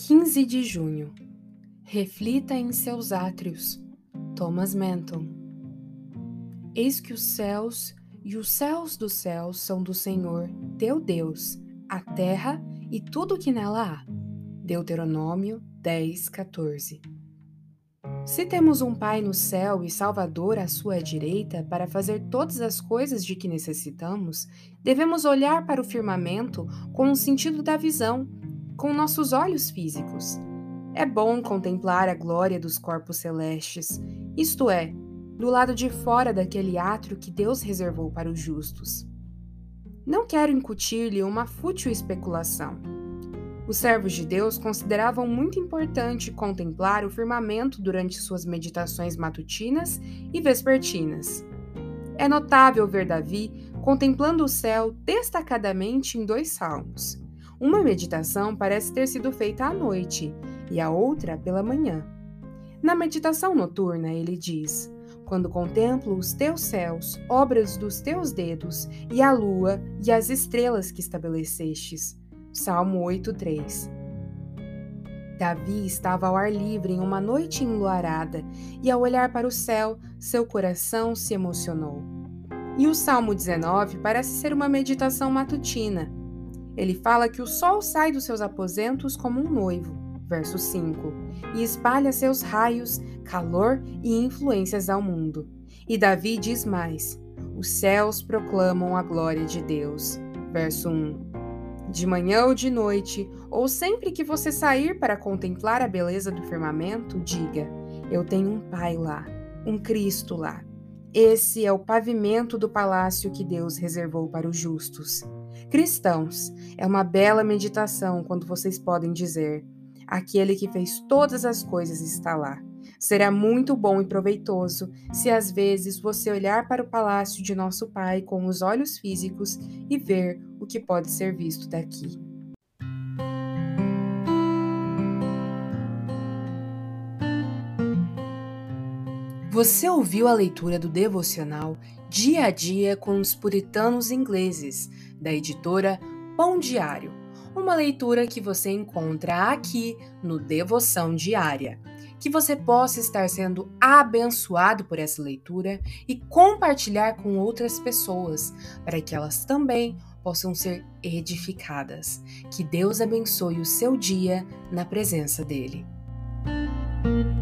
15 de junho. Reflita em seus átrios. Thomas Manton. Eis que os céus e os céus dos céus são do Senhor, teu Deus, a terra e tudo o que nela há. Deuteronômio 10:14. Se temos um Pai no céu e Salvador à sua direita para fazer todas as coisas de que necessitamos, devemos olhar para o firmamento com o sentido da visão, com nossos olhos físicos. É bom contemplar a glória dos corpos celestes, isto é, do lado de fora daquele átrio que Deus reservou para os justos. Não quero incutir-lhe uma fútil especulação. Os servos de Deus consideravam muito importante contemplar o firmamento durante suas meditações matutinas e vespertinas. É notável ver Davi contemplando o céu destacadamente em 2 salmos. Uma meditação parece ter sido feita à noite e a outra pela manhã. Na meditação noturna, ele diz: quando contemplo os teus céus, obras dos teus dedos, e a lua e as estrelas que estabelecestes. Salmo 8:3. Davi estava ao ar livre em uma noite enluarada, e ao olhar para o céu, seu coração se emocionou. E o Salmo 19 parece ser uma meditação matutina. Ele fala que o sol sai dos seus aposentos como um noivo, verso 5, e espalha seus raios, calor e influências ao mundo. E Davi diz mais: os céus proclamam a glória de Deus, verso 1. De manhã ou de noite, ou sempre que você sair para contemplar a beleza do firmamento, diga: eu tenho um Pai lá, um Cristo lá. Esse é o pavimento do palácio que Deus reservou para os justos. Cristãos, é uma bela meditação quando vocês podem dizer: aquele que fez todas as coisas está lá. Será muito bom e proveitoso se às vezes você olhar para o palácio de nosso Pai com os olhos físicos e ver o que pode ser visto daqui. Você ouviu a leitura do devocional Dia a Dia com os Puritanos Ingleses, da editora Pão Diário, uma leitura que você encontra aqui no Devoção Diária. Que você possa estar sendo abençoado por essa leitura e compartilhar com outras pessoas, para que elas também possam ser edificadas. Que Deus abençoe o seu dia na presença dele.